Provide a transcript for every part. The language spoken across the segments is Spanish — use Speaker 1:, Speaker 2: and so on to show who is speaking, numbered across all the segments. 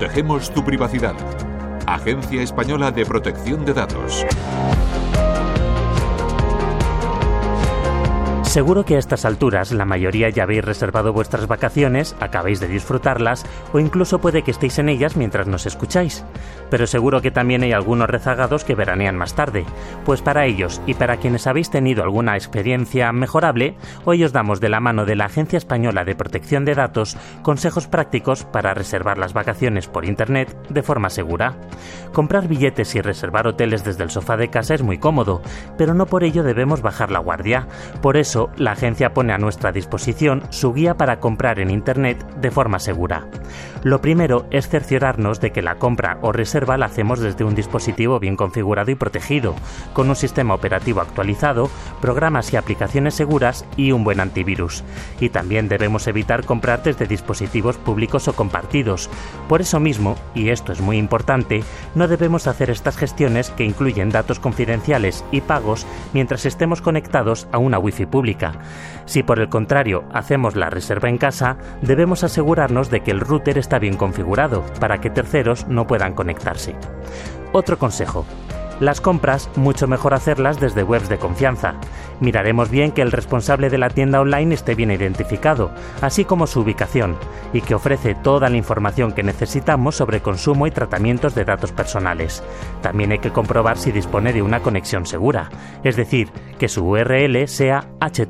Speaker 1: Protegemos tu privacidad. Agencia Española de Protección de Datos.
Speaker 2: Seguro que a estas alturas la mayoría ya habéis reservado vuestras vacaciones, acabáis de disfrutarlas o incluso puede que estéis en ellas mientras nos escucháis. Pero seguro que también hay algunos rezagados que veranean más tarde. Pues para ellos y para quienes habéis tenido alguna experiencia mejorable, hoy os damos de la mano de la Agencia Española de Protección de Datos consejos prácticos para reservar las vacaciones por Internet de forma segura. Comprar billetes y reservar hoteles desde el sofá de casa es muy cómodo, pero no por ello debemos bajar la guardia. Por eso, la agencia pone a nuestra disposición su guía para comprar en Internet de forma segura. Lo primero es cerciorarnos de que la compra o reserva la hacemos desde un dispositivo bien configurado y protegido, con un sistema operativo actualizado, programas y aplicaciones seguras y un buen antivirus. Y también debemos evitar comprar desde dispositivos públicos o compartidos. Por eso mismo, y esto es muy importante, no debemos hacer estas gestiones que incluyen datos confidenciales y pagos mientras estemos conectados a una Wi-Fi pública. Si por el contrario hacemos la reserva en casa, debemos asegurarnos de que el router está bien configurado para que terceros no puedan conectarse. Otro consejo: las compras mucho mejor hacerlas desde webs de confianza. Miraremos bien que el responsable de la tienda online esté bien identificado, así como su ubicación, y que ofrece toda la información que necesitamos sobre consumo y tratamientos de datos personales. También hay que comprobar si dispone de una conexión segura, es decir, que su URL sea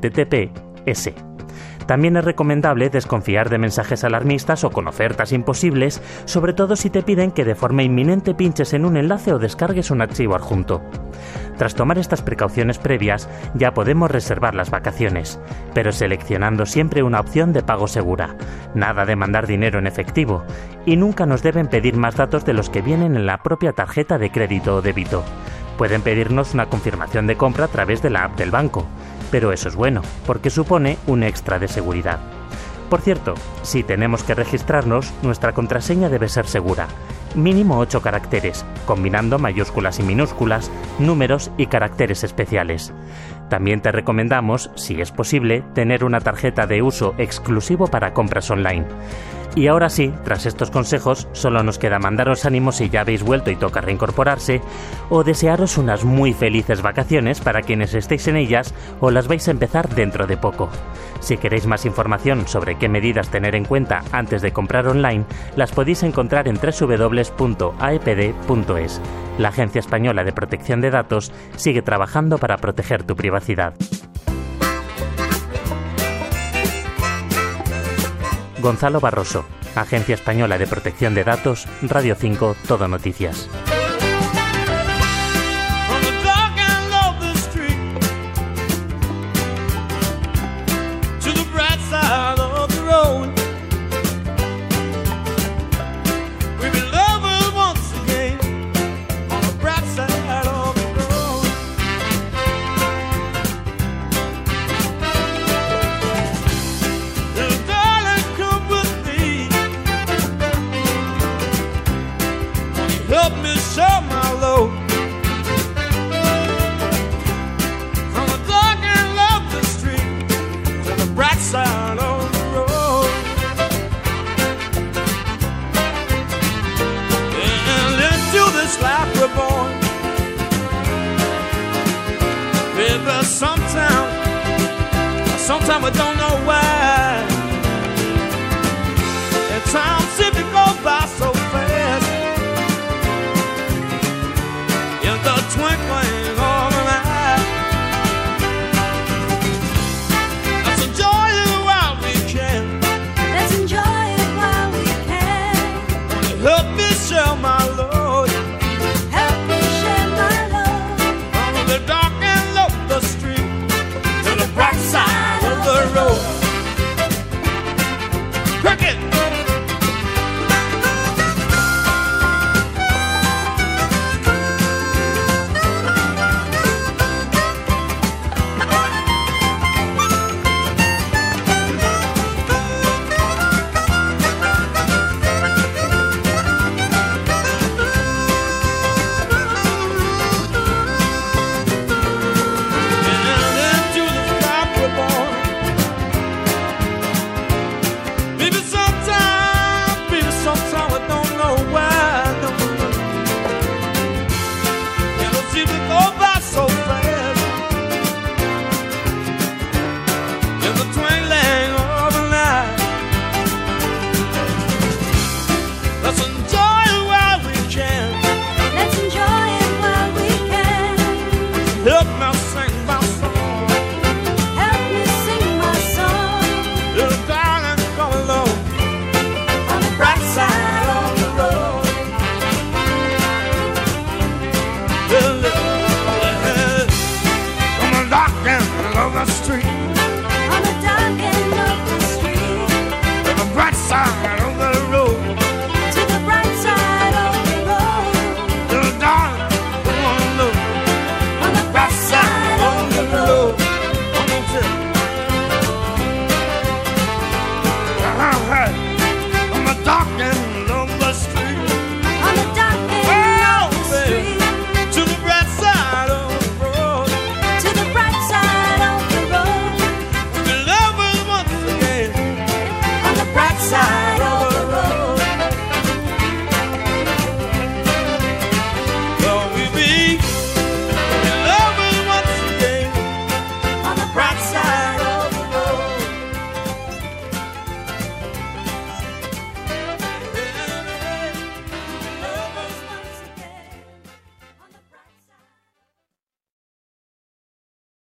Speaker 2: HTTPS. También es recomendable desconfiar de mensajes alarmistas o con ofertas imposibles, sobre todo si te piden que de forma inminente pinches en un enlace o descargues un archivo adjunto. Tras tomar estas precauciones previas, ya podemos reservar las vacaciones, pero seleccionando siempre una opción de pago segura. Nada de mandar dinero en efectivo, y nunca nos deben pedir más datos de los que vienen en la propia tarjeta de crédito o débito. Pueden pedirnos una confirmación de compra a través de la app del banco, pero eso es bueno, porque supone un extra de seguridad. Por cierto, si tenemos que registrarnos, nuestra contraseña debe ser segura. Mínimo 8 caracteres, combinando mayúsculas y minúsculas, números y caracteres especiales. También te recomendamos, si es posible, tener una tarjeta de uso exclusivo para compras online. Y ahora sí, tras estos consejos, solo nos queda mandaros ánimos si ya habéis vuelto y toca reincorporarse, o desearos unas muy felices vacaciones para quienes estéis en ellas o las vais a empezar dentro de poco. Si queréis más información sobre qué medidas tener en cuenta antes de comprar online, las podéis encontrar en www.aepd.es. La Agencia Española de Protección de Datos sigue trabajando para proteger tu privacidad. Gonzalo Barroso, Agencia Española de Protección de Datos, Radio 5, Todo Noticias.
Speaker 3: Help me show my load from the dark and lonely street to the bright side of the road. And into this life we're born, baby, sometimes we don't know why. At times